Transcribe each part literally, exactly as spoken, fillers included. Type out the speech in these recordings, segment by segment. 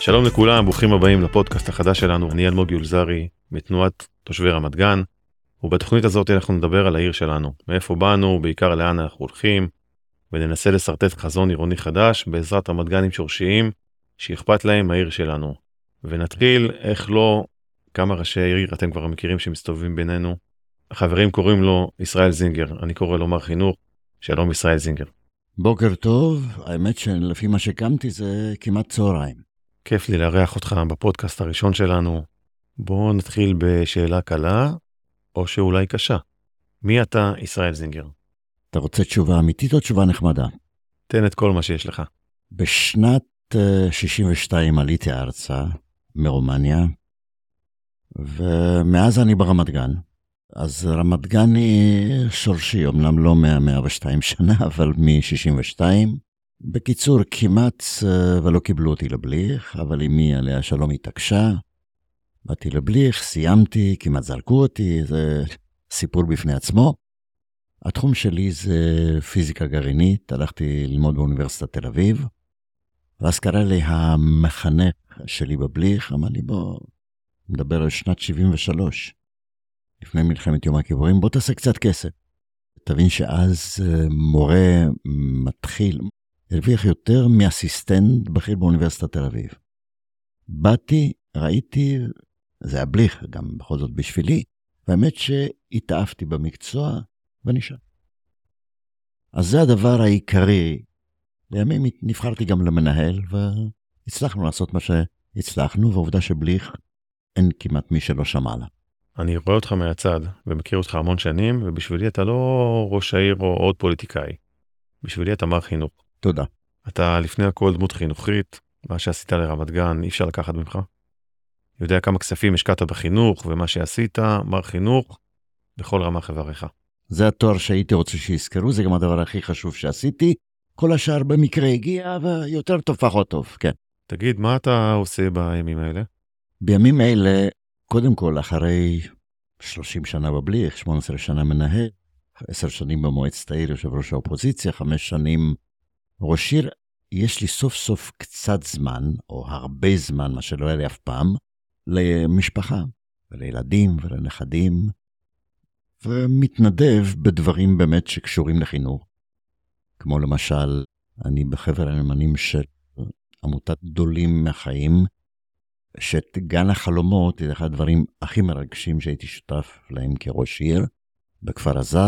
שלום לכולם, ברוכים הבאים לפודקאסט החדש שלנו. אני אלמוג יולזרי מתנועת תושבי רמת גן, ובתוכנית הזאת אנחנו נדבר על העיר שלנו, מאיפה באנו, בעיקר לאן אנחנו הולכים, וננסה לסרטט חזון עירוני חדש בעזרת רמת גנים שורשיים שאכפת להם העיר שלנו. ונתחיל, איך לא, כמה ראשי עיר אתם כבר מכירים שמסתובבים בינינו. החברים קוראים לו ישראל זינגר, אני קורא לו מר חינוך. שלום ישראל זינגר. בוקר טוב, האמת שלפי מה שקמתי זה כמעט צהריים. כיף לי לארח אותך בפודקאסט הראשון שלנו. בואו נתחיל בשאלה קלה, או שאולי קשה. מי אתה, ישראל זינגר? אתה רוצה תשובה אמיתית או תשובה נחמדה? תן את כל מה שיש לך. בשנת שישים ושתיים עליתי ארצה מרומניה, ומאז אני ברמת גן. אז רמת גן היא שורשי, אמנם לא מאה ושתיים שנה, אבל מ-שישים ושתיים. בקיצור, כמעט ולא קיבלו אותי לבליך, אבל אמי עליה שלום התעקשה. באתי לבליך, סיימתי, כמעט זרקו אותי, זה סיפור בפני עצמו. התחום שלי זה פיזיקה גרעינית, הלכתי ללמוד באוניברסיטת תל אביב, ואז קרא לי המחנך שלי בבליך, אמר לי בוא, מדבר על שנת שבעים ושלוש, לפני מלחמת יום הכיפורים, בוא תעשה קצת כסף. תבין שאז מורה מתחיל, הרוויח יותר מאסיסטנט בכיר באוניברסיטת תל אביב. באתי, ראיתי, זה היה בליך גם בכל זאת בשבילי, והאמת שהתאהבתי במקצוע ונשאר. אז זה הדבר העיקרי. לימים נבחרתי גם למנהל, והצלחנו לעשות מה שהצלחנו, והעובדה שבליך אין כמעט מי שלא שמע לה. אני רואה אותך מהצד, ומכיר אותך המון שנים, ובשבילי אתה לא ראש העיר או עוד פוליטיקאי. בשבילי אתה מר חינוך. תודה. אתה לפני הכל דמות חינוכית, מה שעשית לרמת גן אי אפשר לקחת ממך. יודע כמה כספים השקעת בחינוך, ומה שעשית, מר חינוך, בכל רמה חבריך. זה התואר שהייתי רוצה שיזכרו, זה גם הדבר הכי חשוב שעשיתי. כל השאר במקרה הגיע, ויותר טוב פחות טוב, כן. תגיד, מה אתה עושה בימים האלה? בימים האלה, קודם כל, אחרי שלושים שנה בבליך, שמונה עשרה שנה מנהל, עשר שנים במועצת העיר, יושב ראש האופוזיציה, חמש שנים ראש עיר, יש לי סוף סוף קצת זמן, או הרבה זמן, מה שלא היה לי אף פעם, למשפחה, ולילדים ולנכדים, ומתנדב בדברים באמת שקשורים לחינוך. כמו למשל, אני בחבר הנאמנים של עמותת גדולים מהחיים, שאת גן החלומות, זה אחד הדברים הכי מרגשים שהייתי שותף להם כראש עיר, בכפר עזר,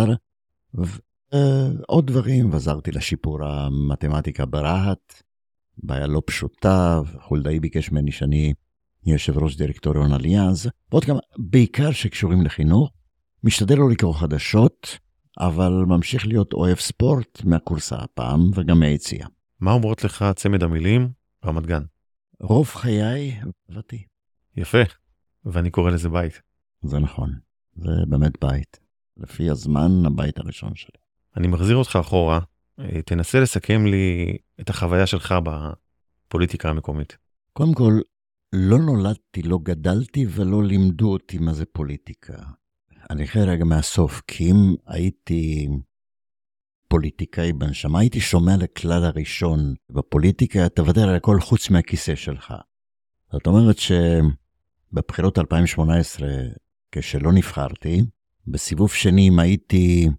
ועוד דברים, ועזרתי לשיפור המתמטיקה ברהט, בעיה לא פשוטה, חולדאי ביקש ממני שאני יושב ראש דירקטוריון אליאנס, ועוד כמה, בעיקר שקשורים לחינוך, משתדל לא לקרוא חדשות, אבל ממשיך להיות אוהב ספורט מהקורסה הפעם, וגם מהיציאה. מה אומרות לך צמד המילים? רמת גן. רוב חיי עבדתי. יפה, ואני קורא לזה בית. זה נכון, זה באמת בית. לפי הזמן, הבית הראשון שלי. אני מחזיר אותך אחורה, תנסה לסכם לי את החוויה שלך בפוליטיקה המקומית. קודם כל, לא נולדתי, לא גדלתי ולא לימדו אותי מה זה פוליטיקה. אני אחרי רגע מהסוף, כי אם הייתי פוליטיקאי בנשמה, הייתי שומע לכלל הראשון בפוליטיקה, תוותר על הכל חוץ מהכיסא שלך. זאת אומרת שבבחירות אלפיים שמונה עשרה, כשלא נבחרתי, בסיבוב שני אם הייתי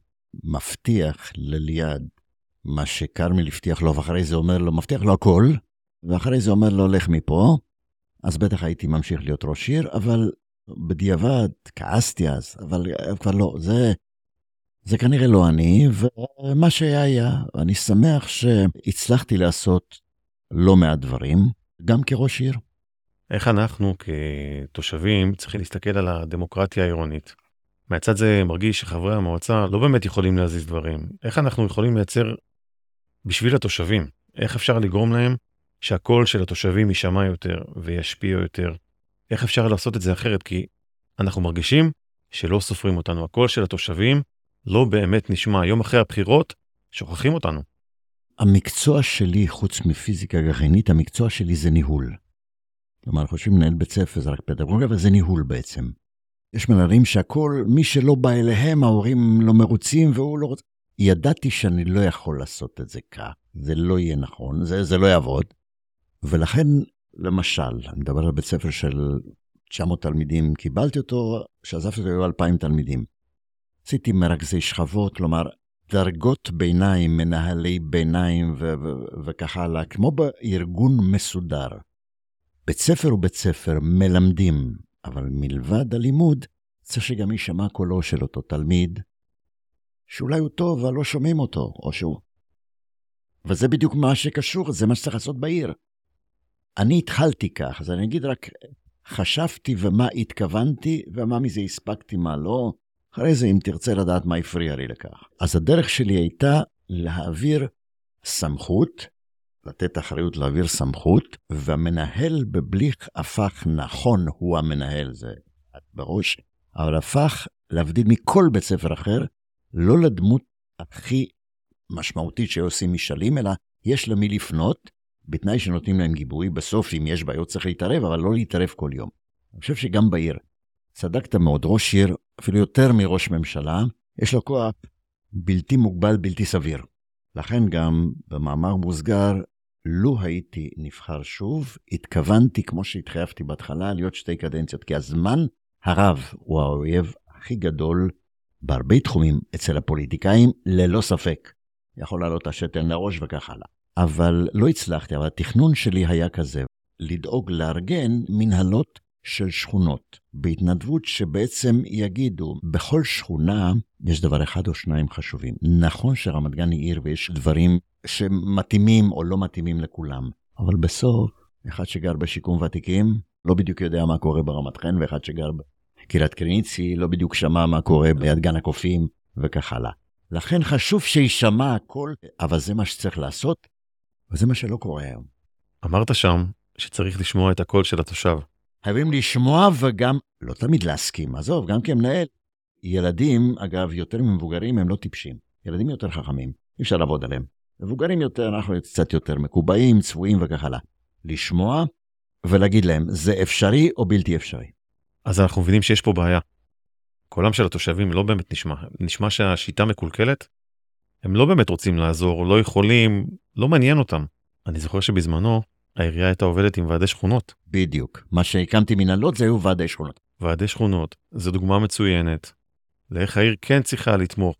מבטיח לליד מה שקרמי לבטיח לו, ואחרי זה אומר לו, מבטיח לו הכל, ואחרי זה אומר לו, הולך מפה, אז בטח הייתי ממשיך להיות ראש עיר, אבל בדיעבד, כעסתי אז, אבל כבר לא, זה, זה כנראה לא אני, ומה שהיה היה, אני שמח שהצלחתי לעשות לא מעט דברים, גם כראש עיר. איך אנחנו כתושבים צריכים להסתכל על הדמוקרטיה העירונית? מהצד זה מרגיש שחברי המועצה לא באמת יכולים להזיז דברים. איך אנחנו יכולים לייצר בשביל התושבים? איך אפשר לגרום להם שהקול של התושבים יישמע יותר וישפיע יותר? איך אפשר לעשות את זה אחרת? כי אנחנו מרגישים שלא סופרים אותנו. הקול של התושבים לא באמת נשמע. יום אחרי הבחירות שוכחים אותנו. המקצוע שלי, חוץ מפיזיקה גרעינית, המקצוע שלי זה ניהול. כלומר, אנחנו חושבים לנהל בית ספר, זה רק פדגוגיה, אבל זה ניהול בעצם. יש מנהלים שהכל, מי שלא בא אליהם, ההורים לא מרוצים והוא לא רוצה. ידעתי שאני לא יכול לעשות את זה כך. זה לא יהיה נכון, זה, זה לא יעבוד. ולכן למשל, אני מדבר על בית ספר של תשע מאות תלמידים, קיבלתי אותו, שעזבתי אותו היו אלפיים תלמידים. עשיתי מרכזי שכבות, כלומר, דרגות ביניים, מנהלי ביניים ו- ו- וכך הלאה, כמו בארגון מסודר. בית ספר הוא בית ספר, מלמדים, אבל מלבד הלימוד, צריך שגם יישמע קולו של אותו תלמיד, שאולי הוא טוב, אבל לא שומעים אותו, או שהוא. וזה בדיוק מה שקשור, זה מה שצריך לעשות בעיר. אני התחלתי כך, אז אני אגיד רק, חשבתי ומה התכוונתי, ומה מזה הספקתי, מה לא. אחרי זה, אם תרצה לדעת מה הפריע לי לכך. אז הדרך שלי הייתה להעביר סמכות, לתת אחריות להעביר סמכות, והמנהל בבליך הפך נכון, הוא המנהל, זה בראש, אבל הפך להבדיל מכל בית ספר אחר, לא לדמות הכי משמעותית שעושים משלים, אלא יש למי לפנות, בתנאי שנותנים להם גיבוי, בסוף אם יש בעיות צריך להתערב, אבל לא להתערב כל יום. אני חושב שגם בעיר, צדקת מאוד, ראש עיר, אפילו יותר מראש ממשלה, יש לו כוח בלתי מוגבל, בלתי סביר. לכן גם במאמר מוסגר, לו הייתי נבחר שוב, התכוונתי כמו שהתחייבתי בהתחלה, להיות שתי קדנציות, כי הזמן הרב הוא האויב הכי גדול, בהרבה תחומים אצל הפוליטיקאים, ללא ספק. יכול לעלות השתן לראש וכך הלאה. אבל לא הצלחתי, אבל התכנון שלי היה כזה, לדאוג לארגן מנהלות של שכונות, בהתנדבות שבעצם יגידו, בכל שכונה יש דבר אחד או שניים חשובים. נכון שרמת גן היא עיר ויש דברים שמתאימים או לא מתאימים לכולם, אבל בסוף, אחד שגר בשיקום ותיקים, לא בדיוק יודע מה קורה ברמת חן, ואחד שגר בקריית קרניצי, לא בדיוק שמע מה קורה ליד גן הקופים וכך הלאה. לכן חשוב שישמע הכל, אבל זה מה שצריך לעשות, וזה מה שלא קורה היום. אמרת שם שצריך לשמוע את הקול של התושב. חייבים לשמוע וגם, לא תמיד להסכים, עזוב, גם כמנהל. ילדים, אגב, יותר ממבוגרים הם לא טיפשים. ילדים יותר חכמים, אי אפשר לעבוד עליהם. מבוגרים יותר, אנחנו קצת יותר מקובעים, צבועים וכך הלאה. לשמוע ולהגיד להם, זה אפשרי או בלתי אפשרי. אז אנחנו מבינים שיש פה בעיה. קולם של התושבים לא באמת נשמע. נשמע שהשיטה מקולקלת. הם לא באמת רוצים לעזור, לא יכולים, לא מעניין אותם. אני זוכר שבזמנו, העירייה הייתה עובדת עם ועדי שכונות. בדיוק. מה שהקמתי מנהלות זה היו ועדי שכונות. ועדי שכונות, זו דוגמה מצוינת. לאיך העיר כן צריכה לתמוך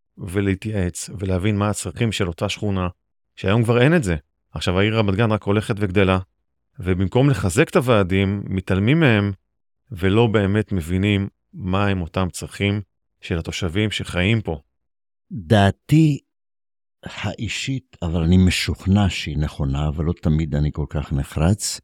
ולהתייעץ ולהבין מה הצרכים של אותה שכונה, שהיום כבר אין את זה. עכשיו העיר רמת גן רק הולכת וגדלה, ובמקום לחזק את הוועדים, מתעלמים מהם, ולא באמת מבינים מה הם אותם צרכים של התושבים שחיים פה. דעתי האישית, אבל אני משוכנע שהיא נכונה, אבל לא תמיד אני כל כך נחרץ,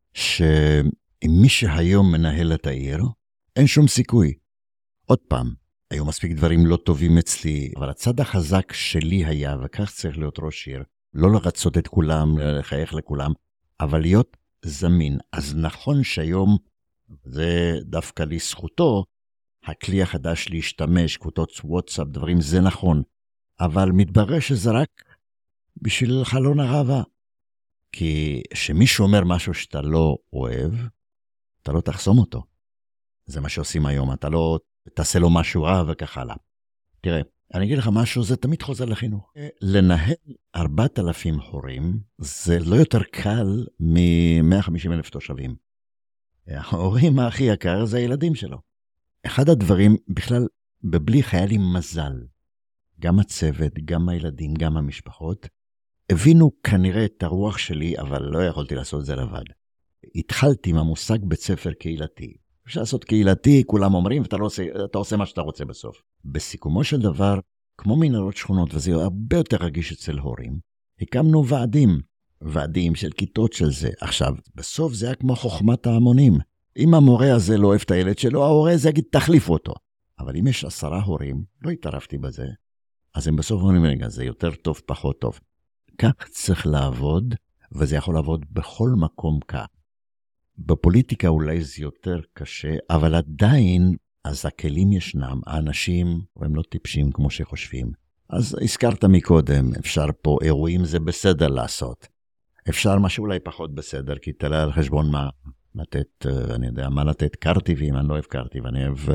שמי שהיום מנהל את העיר, אין שום סיכוי. עוד פעם, היו מספיק דברים לא טובים אצלי, אבל הצד החזק שלי היה, וכך צריך להיות ראש עיר, לא לרצות את כולם, לחייך לכולם, אבל להיות זמין. אז נכון שהיום, זה דווקא לזכותו, הכלי החדש להשתמש, קבוצות וואטסאפ, דברים, זה נכון. אבל מתברר שזה רק בשביל חלון הראווה. כי שמישהו אומר משהו שאתה לא אוהב, אתה לא תחסום אותו. זה מה שעושים היום, אתה לא תעשה לו משהו רע וכך הלאה. תראה, אני אגיד לך משהו, זה תמיד חוזר לחינוך. לנהל ארבעת אלפים הורים, זה לא יותר קל מ-מאה וחמישים אלף תושבים. ההורים הכי יקר זה הילדים שלו. אחד הדברים, בכלל, בבליך היה לי מזל. גם הצוות, גם הילדים, גם המשפחות, הבינו כנראה את הרוח שלי, אבל לא יכולתי לעשות את זה לבד. התחלתי עם המושג בית ספר קהילתי. אפשר לעשות קהילתי, כולם אומרים, ואתה לא עושה, אתה עושה מה שאתה רוצה בסוף. בסיכומו של דבר, כמו מנהלות שכונות, וזה הרבה יותר רגיש אצל הורים, הקמנו ועדים, ועדים של כיתות של זה. עכשיו, בסוף זה היה כמו חוכמת ההמונים. אם המורה הזה לא אוהב את הילד שלו, ההורה הזה יגיד, תחליפו אותו. אבל אם יש עשרה הורים, לא התערבתי בזה, אז הם בסוף אומרים, רגע, זה יותר טוב, פחות טוב. כך צריך לעבוד, וזה יכול לעבוד בכל מקום כך. בפוליטיקה אולי זה יותר קשה, אבל עדיין, אז הכלים ישנם, האנשים, הם לא טיפשים כמו שחושבים. אז הזכרת מקודם, אפשר פה אירועים, זה בסדר לעשות. אפשר משהו אולי פחות בסדר, כי תראה על חשבון מה לתת, אני יודע, מה לתת קרטיבים, אני לא אוהב קרטיב, אני אוהב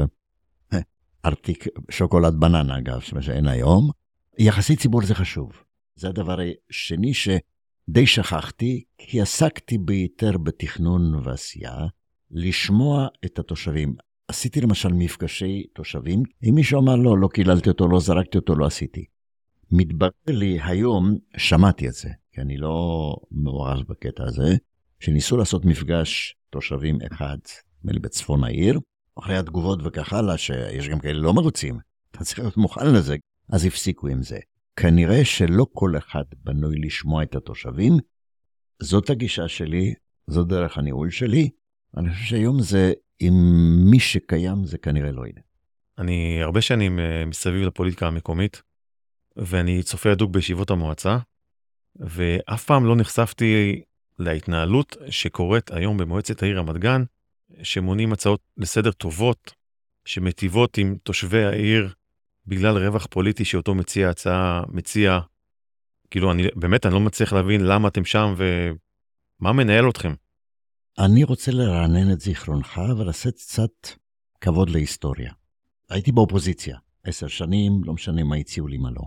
ארטיק שוקולד בננה, אגב, שאין היום. יחסי ציבור זה חשוב. זה הדבר השני די שכחתי, כי עסקתי ביותר בתכנון ועשייה, לשמוע את התושבים. עשיתי למשל מפגשי תושבים, אם מישהו אמר לא, לא קיללתי אותו, לא זרקתי אותו, לא עשיתי. מתברר לי היום, שמעתי את זה, כי אני לא מעורב בקטע הזה, שניסו לעשות מפגש תושבים אחד, מלי בצפון העיר, אחרי התגובות וכך הלאה, שיש גם כאלה לא מרוצים, אתה צריך להיות מוכן לזה, אז הפסיקו עם זה. כנראה שלא כל אחד בנוי לשמוע את התושבים, זאת הגישה שלי, זאת דרך הניהול שלי, אני חושב שהיום זה, עם מי שקיים זה כנראה לא יהיה. אני הרבה שנים מסביב לפוליטיקה המקומית, ואני צופה הדוק בישיבות המועצה, ואף פעם לא נחשפתי להתנהלות שקורית היום במועצת העיר רמת גן, שמונים הצעות לסדר טובות, שמטיבות עם תושבי העיר, בגלל רווח פוליטי שאותו מציע הצעה, מציע, כאילו אני, באמת אני לא מצליח להבין למה אתם שם ומה מנהל אתכם. אני רוצה לרענן את זיכרונך ולעשות קצת כבוד להיסטוריה. הייתי באופוזיציה, עשר שנים, לא משנה מה הציעו לי מה לא.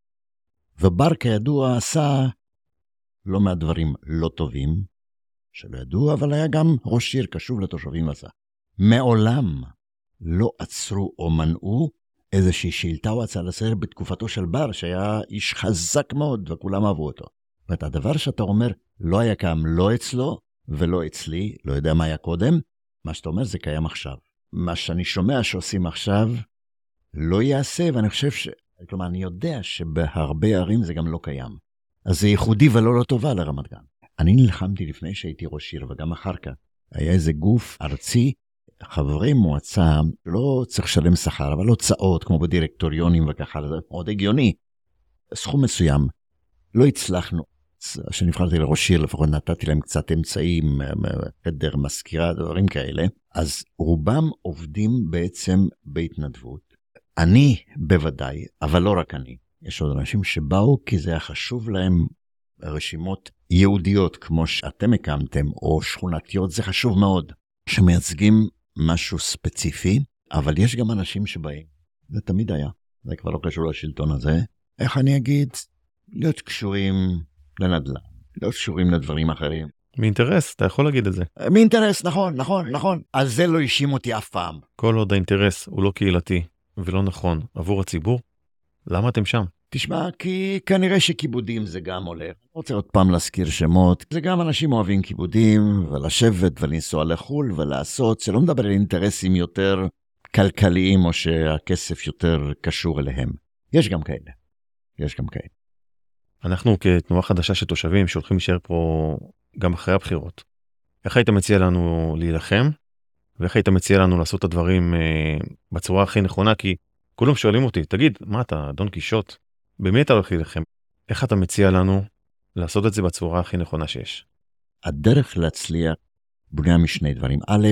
ובר כידוע עשה לא מהדברים לא טובים, שלא ידעו, אבל היה גם ראש עיר קשוב לתושבים עשה. מעולם לא עצרו או מנעו איזושהי שאילתה או הצעה לסדר בתקופתו של בר, שהיה איש חזק מאוד וכולם אהבו אותו. ואת הדבר שאתה אומר, לא היה קיים לא אצלו ולא אצלי, לא יודע מה היה קודם, מה שאתה אומר זה קיים עכשיו. מה שאני שומע שעושים עכשיו לא יעשה, ואני חושב ש... כלומר, אני יודע שבהרבה ערים זה גם לא קיים. אז זה ייחודי ולא לא טובה לרמת גן. אני נלחמתי לפני שהייתי ראש עיר וגם אחר כך. היה איזה גוף ארצי, חברי מועצה, לא צריך לשלם שכר, אבל הוצאות כמו בדירקטוריונים וככה, זה מאוד הגיוני. סכום מסוים, לא הצלחנו. כשנבחרתי לראש עיר, לפחות נתתי להם קצת אמצעים, חדר, מזכירה, דברים כאלה. אז רובם עובדים בעצם בהתנדבות. אני בוודאי, אבל לא רק אני. יש עוד אנשים שבאו כי זה היה חשוב להם רשימות יהודיות כמו שאתם הקמתם, או שכונתיות, זה חשוב מאוד. שמייצגים משהו ספציפי, אבל יש גם אנשים שבאים. זה תמיד היה. זה כבר לא קשור לשלטון הזה. איך אני אגיד? להיות קשורים לנדל"ן, להיות קשורים לדברים אחרים. מאינטרס, אתה יכול להגיד את זה. מאינטרס, נכון, נכון, נכון. על זה לא האשים אותי אף פעם. כל עוד האינטרס הוא לא קהילתי ולא נכון עבור הציבור, למה אתם שם? תשמע, כי כנראה שכיבודים זה גם עולה. אני רוצה עוד פעם להזכיר שמות. זה גם אנשים אוהבים כיבודים, ולשבת ולנסוע לחול ולעשות, שלא מדבר על אינטרסים יותר כלכליים, או שהכסף יותר קשור אליהם. יש גם כאלה. יש גם כאלה. אנחנו כתנועה חדשה של תושבים שהולכים להישאר פה גם אחרי הבחירות. איך היית מציע לנו להילחם? ואיך היית מציע לנו לעשות את הדברים אה, בצורה הכי נכונה? כי כולם שואלים אותי, תגיד, מה אתה, דון קישוט? במי אתה הולך להילחם? איך אתה מציע לנו לעשות את זה בצורה הכי נכונה שיש? הדרך להצליח בנויה משני דברים. א',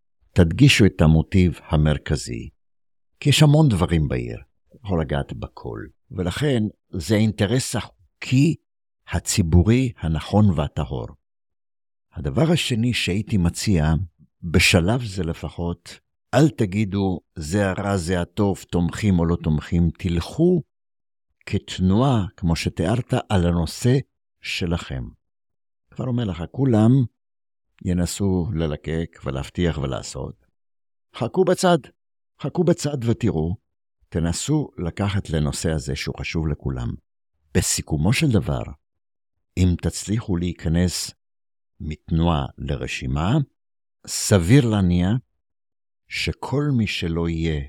תדגישו את המוטיב המרכזי, כי יש המון דברים בעיר, יכול לגעת בכל, ולכן זה האינטרס החוקי, הציבורי, הנכון והטהור. הדבר השני שהייתי מציע, בשלב זה לפחות, אל תגידו זה הרע, זה הטוב, תומכים או לא תומכים, תלכו כתנועה, כמו שתיארת, על הנושא שלכם. כבר אומר לך, כולם ינסו ללקק ולהבטיח ולעשות. חכו בצד, חכו בצד ותראו, תנסו לקחת לנושא הזה שהוא חשוב לכולם. בסיכומו של דבר, אם תצליחו להיכנס מתנועה לרשימה, סביר להניח שכל מי שלא יהיה,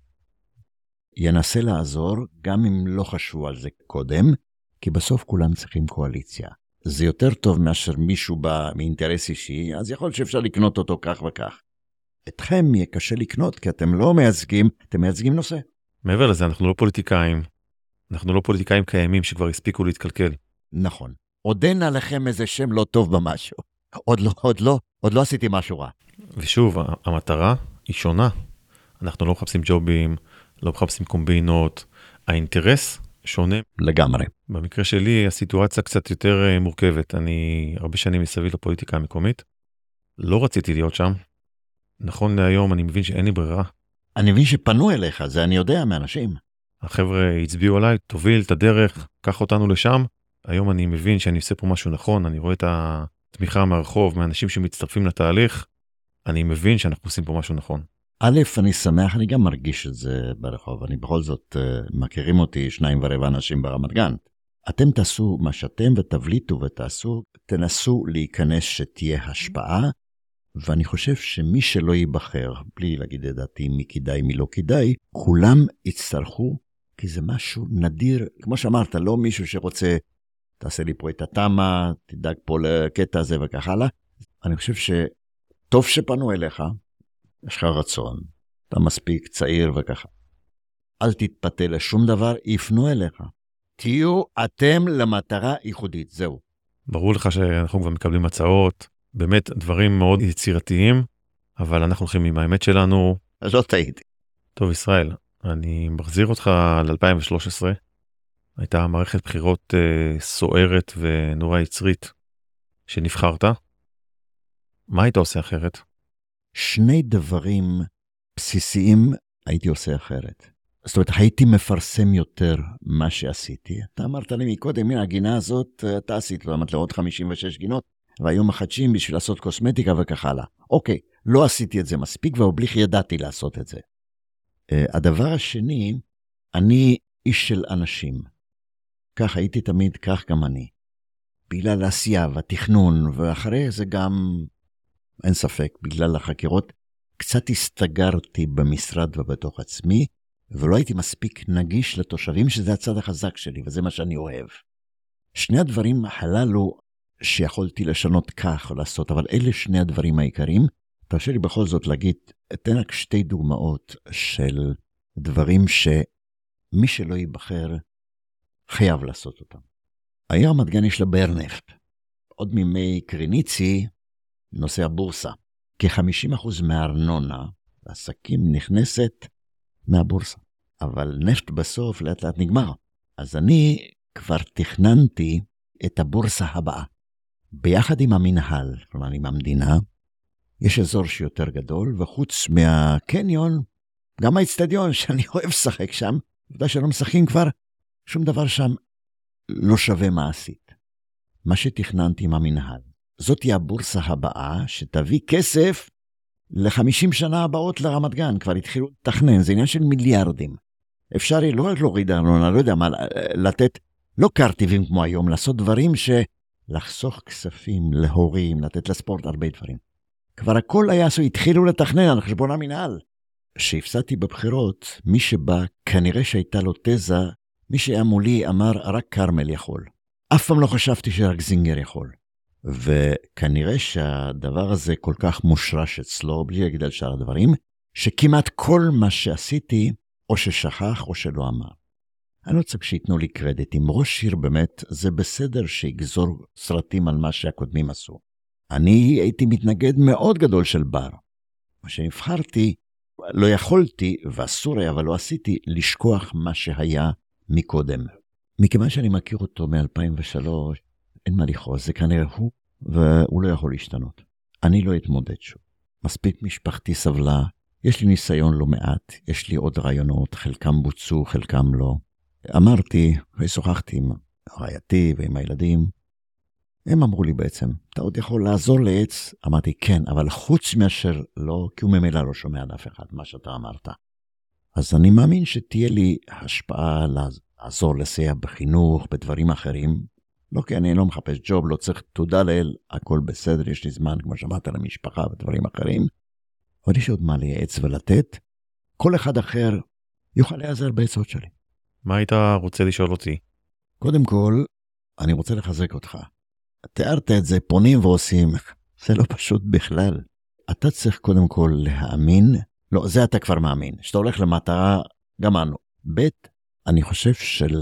ינסה לעזור, גם אם לא חשבו על זה קודם, כי בסוף כולם צריכים קואליציה. זה יותר טוב מאשר מישהו בא מאינטרס אישי, אז יכול שאפשר לקנות אותו כך וכך. אתכם יהיה קשה לקנות, כי אתם לא מייצגים, אתם מייצגים נושא. מעבר לזה, אנחנו לא פוליטיקאים. אנחנו לא פוליטיקאים קיימים שכבר הספיקו להתקלקל. נכון. עוד אין עליכם איזה שם לא טוב במשהו. עוד לא, עוד לא, עוד לא עשיתי משהו רע. ושוב, המטרה היא שונה. אנחנו לא מחפשים ג'ובים, לא מחפשים קומבינות. האינטרס שונה. לגמרי. במקרה שלי, הסיטואציה קצת יותר מורכבת. אני הרבה שנים מסביב לפוליטיקה המקומית. לא רציתי להיות שם. נכון להיום, אני מבין שאין לי ברירה. אני מבין שפנו אליך, זה אני יודע מאנשים. החבר'ה הצביעו עליי, תוביל את הדרך, קח אותנו לשם, היום אני מבין שאני עושה פה משהו נכון, אני רואה את התמיכה מהרחוב, מאנשים שמצטרפים לתהליך, אני מבין שאנחנו עושים פה משהו נכון. א', אני שמח, אני גם מרגיש את זה ברחוב, אני בכל זאת מכירים אותי שניים ורבע אנשים ברמת גן. אתם תעשו מה שאתם ותבליטו ותעשו, תנסו להיכנס שתהיה השפעה, ואני חושב שמי שלא ייבחר, בלי להגיד לדעתי מי כדאי, מי לא כדאי, כולם יצטרכו, כי זה משהו נדיר, כמו שאמרת, לא מישהו שרוצה, תעשה לי פה את התמה, תדאג פה לקטע הזה וכך הלאה. אני חושב שטוב שפנו אליך, יש לך רצון, אתה מספיק צעיר וככה. אל תתפתה לשום דבר, יפנו אליך. תהיו אתם למטרה ייחודית, זהו. ברור לך שאנחנו כבר מקבלים הצעות, באמת דברים מאוד יצירתיים, אבל אנחנו הולכים עם האמת שלנו. אז לא טעיתי. טוב, ישראל, אני מחזיר אותך ל-אלפיים ושלוש עשרה. הייתה מערכת בחירות אה, סוערת ונורא יצרית שנבחרת. מה היית עושה אחרת? שני דברים בסיסיים הייתי עושה אחרת. זאת אומרת, הייתי מפרסם יותר מה שעשיתי. אתה אמרת לי מקודם, מן הגינה הזאת, אתה עשית לו, אמרת לו עוד חמישים ושש גינות, והיו מחדשים בשביל לעשות קוסמטיקה וכך הלאה. אוקיי, לא עשיתי את זה מספיק, והובליך ידעתי לעשות את זה. הדבר השני, אני איש של אנשים. כך הייתי תמיד, כך גם אני. בגלל העשייה והתכנון, ואחרי זה גם, אין ספק, בגלל החקירות, קצת הסתגרתי במשרד ובתוך עצמי, ולא הייתי מספיק נגיש לתושבים, שזה הצד החזק שלי, וזה מה שאני אוהב. שני הדברים הללו שיכולתי לשנות כך או לעשות, אבל אלה שני הדברים העיקריים. תרשה לי בכל זאת להגיד, אתן רק שתי דוגמאות של דברים שמי שלא ייבחר חייב לעשות אותם. העיר רמת גן יש לה באר נפט. עוד מימי קריניצי, נושא הבורסה. כ-חמישים אחוז מהארנונה, העסקים נכנסת מהבורסה. אבל נפט בסוף לאט לאט נגמר. אז אני כבר תכננתי את הבורסה הבאה. ביחד עם המנהל, כלומר עם המדינה, יש אזור שיותר גדול, וחוץ מהקניון, גם האצטדיון שאני אוהב לשחק שם, עובדה שלא משחקים כבר, שום דבר שם לא שווה מעשית. מה שתכננתי עם המנהל, זאת היא הבורסה הבאה שתביא כסף ל-חמישים שנה הבאות לרמת גן, כבר התחילו לתכנן, זה עניין של מיליארדים. אפשר לא רק להוריד ארנונה, לא יודע מה, לתת, לא קרטיבים כמו היום, לעשות דברים שלחסוך כספים להורים, לתת לספורט הרבה דברים. כבר הכל היה עשו, התחילו לתכנן על חשבון המנהל. כשהפסדתי בבחירות, מי שבא, כנראה שהייתה לו תזה, מי שהיה מולי אמר, רק קרמל יכול. אף פעם לא חשבתי שרק זינגר יכול. וכנראה שהדבר הזה כל כך מושרש אצלו, בלי להגיד על שאר הדברים, שכמעט כל מה שעשיתי, או ששכח או שלא אמר. אני רוצה שיתנו לי קרדיטים. ראש עיר באמת, זה בסדר שיגזור סרטים על מה שהקודמים עשו. אני הייתי מתנגד מאוד גדול של בר. מה שנבחרתי, לא יכולתי, ואסור היה, אבל לא עשיתי, לשכוח מה שהיה מקודם. מכיוון שאני מכיר אותו מ-אלפיים ושלוש, אין מה לכעוס, זה כנראה הוא, והוא לא יכול להשתנות. אני לא אתמודד שוב. מספיק משפחתי סבלה, יש לי ניסיון לא מעט, יש לי עוד רעיונות, חלקם בוצעו, חלקם לא. אמרתי, ושוחחתי עם רעייתי ועם הילדים, הם אמרו לי בעצם, אתה עוד יכול לעזור לעץ? אמרתי, כן, אבל חוץ מאשר לא, כי הוא ממילא לא שומע על אף אחד, מה שאתה אמרת. אז אני מאמין שתהיה לי השפעה לעזור, לסייע בחינוך, בדברים אחרים. לא כי אני לא מחפש ג'וב, לא צריך תודה לאל, הכל בסדר, יש לי זמן, כמו שאמרת, למשפחה ודברים אחרים. אבל יש עוד מה לייעץ ולתת. כל אחד אחר יוכל להיעזר בעצות שלי. מה היית רוצה לשאול אותי? קודם כל, אני רוצה לחזק אותך. תיארת את זה, פונים ועושים. זה לא פשוט בכלל. אתה צריך קודם כל להאמין. לא, זה אתה כבר מאמין. שאתה הולך למטרה, גמרנו. ב', אני חושב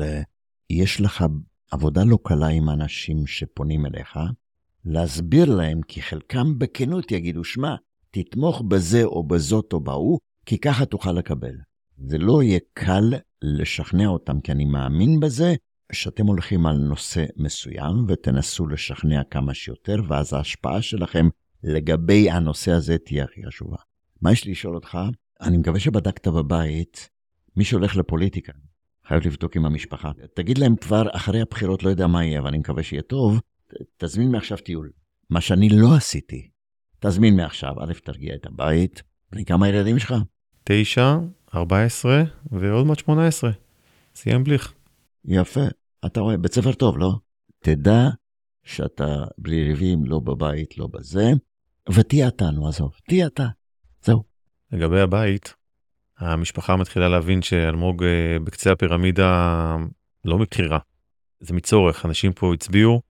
שיש לך עבודה לא קלה עם אנשים שפונים אליך, להסביר להם, כי חלקם בכנות יגידו, שמה, תתמוך בזה או בזאת או בהוא, כי ככה תוכל לקבל. זה לא יהיה קל לשכנע אותם, כי אני מאמין בזה, שאתם הולכים על נושא מסוים, ותנסו לשכנע כמה שיותר, ואז ההשפעה שלכם לגבי הנושא הזה תהיה הכי חשובה. מה יש לי לשאול אותך? אני מקווה שבדקת בבית, מי שהולך לפוליטיקה, חייב לבדוק עם המשפחה. תגיד להם כבר אחרי הבחירות, לא יודע מה יהיה, אבל אני מקווה שיהיה טוב, תזמין מעכשיו טיול. מה שאני לא עשיתי, תזמין מעכשיו, א' תרגיע את הבית, בני כמה ילדים שלך? תשע, ארבע עשרה ועוד מעט שמונה עשרה. סיים בליך. יפה, אתה רואה, בית ספר טוב, לא? תדע שאתה בלי ריבים, לא בבית, לא בזה, ותהיה אתה, נו עזוב, תהיה אתה, זהו. לגבי הבית, המשפחה מתחילה להבין שאלמוג בקצה הפירמידה לא מבחירה. זה מצורך, אנשים פה הצביעו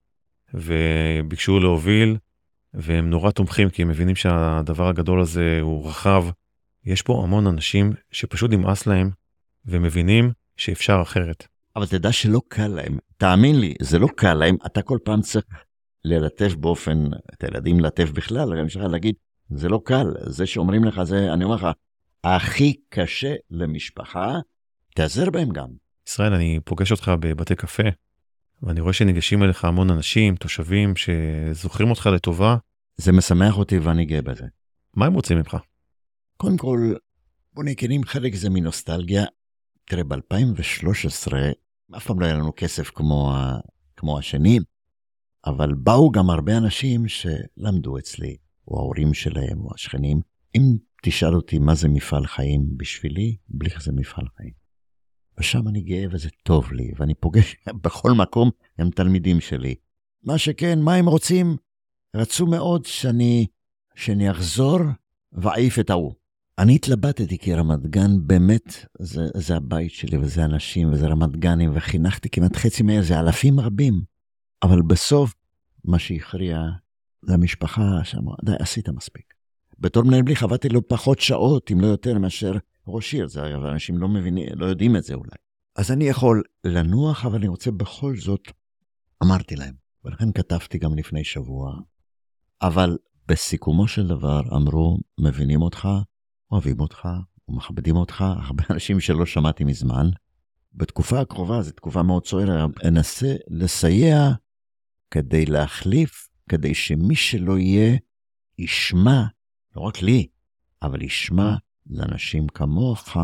וביקשו להוביל, והם נורא תומכים כי הם מבינים שהדבר הגדול הזה הוא רחב. יש פה המון אנשים שפשוט נמאס להם ומבינים שאפשר אחרת. אבל תדע שלא קל להם, תאמין לי, זה לא קל להם, אתה כל פעם צריך ללטף באופן, את הילדים לטף בכלל, אני צריך להגיד, זה לא קל, זה שאומרים לך, זה, אני אומר לך, הכי קשה למשפחה, תעזר בהם גם. ישראל, אני פוגש אותך בבתי קפה, ואני רואה שניגשים אליך המון אנשים, תושבים, שזוכרים אותך לטובה. זה משמח אותי ואני גאה בזה. מה הם רוצים ממך? קודם כל, בוא נקנים חלק זה מנוסטלגיה. תראה, ב-אלפיים ושלוש עשרה, אף פעם לא היה לנו כסף כמו, כמו השני, אבל באו גם הרבה אנשים שלמדו אצלי, או ההורים שלהם, או השכנים. אם תשאל אותי מה זה מפעל חיים בשבילי, בליך זה מפעל חיים. ושם אני גאה וזה טוב לי, ואני פוגש בכל מקום הם תלמידים שלי. מה שכן, מה הם רוצים? רצו מאוד שאני, שאני אחזור ועיף את ההוא. אני התלבטתי כי רמת גן באמת, זה, זה הבית שלי וזה אנשים וזה רמת גנים, וחינכתי כמעט חצי מהם, זה אלפים רבים. אבל בסוף, מה שהכריע למשפחה שם, די, עשית מספיק. בתור מנהל בלי חוויתי לו פחות שעות, אם לא יותר מאשר ראש עיר, זה אבל אנשים לא מבינים, לא יודעים את זה אולי. אז אני יכול לנוח, אבל אני רוצה בכל זאת, אמרתי להם, ולכן כתבתי גם לפני שבוע, אבל בסיכומו של דבר אמרו, מבינים אותך, אוהבים אותך, ומכבדים אותך, הרבה אנשים שלא שמעתי מזמן. בתקופה הקרובה, זו תקופה מאוד סוערת, אנסה לסייע כדי להחליף, כדי שמי שלא יהיה, ישמע, לא רק לי, אבל ישמע לאנשים כמוך,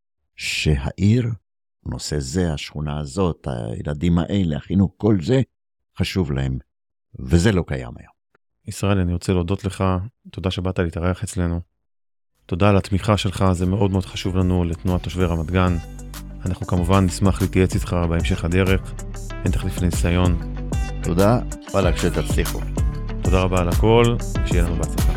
שהעיר, נושא זה, השכונה הזאת, הילדים האלה, החינוך, כל זה, חשוב להם, וזה לא קיים היום. ישראל, אני רוצה להודות לך, תודה שבאת להתארח אצלנו. תודה על התמיכה שלך, זה מאוד מאוד חשוב לנו לתנועת תושבי רמת גן. אנחנו כמובן נשמח להתייעץ איתך בהמשך הדרך, אין תחליף לניסיון. תודה, וואלה, כשתצליחו. תודה רבה על הכל, שיהיה לנו בהצלחה.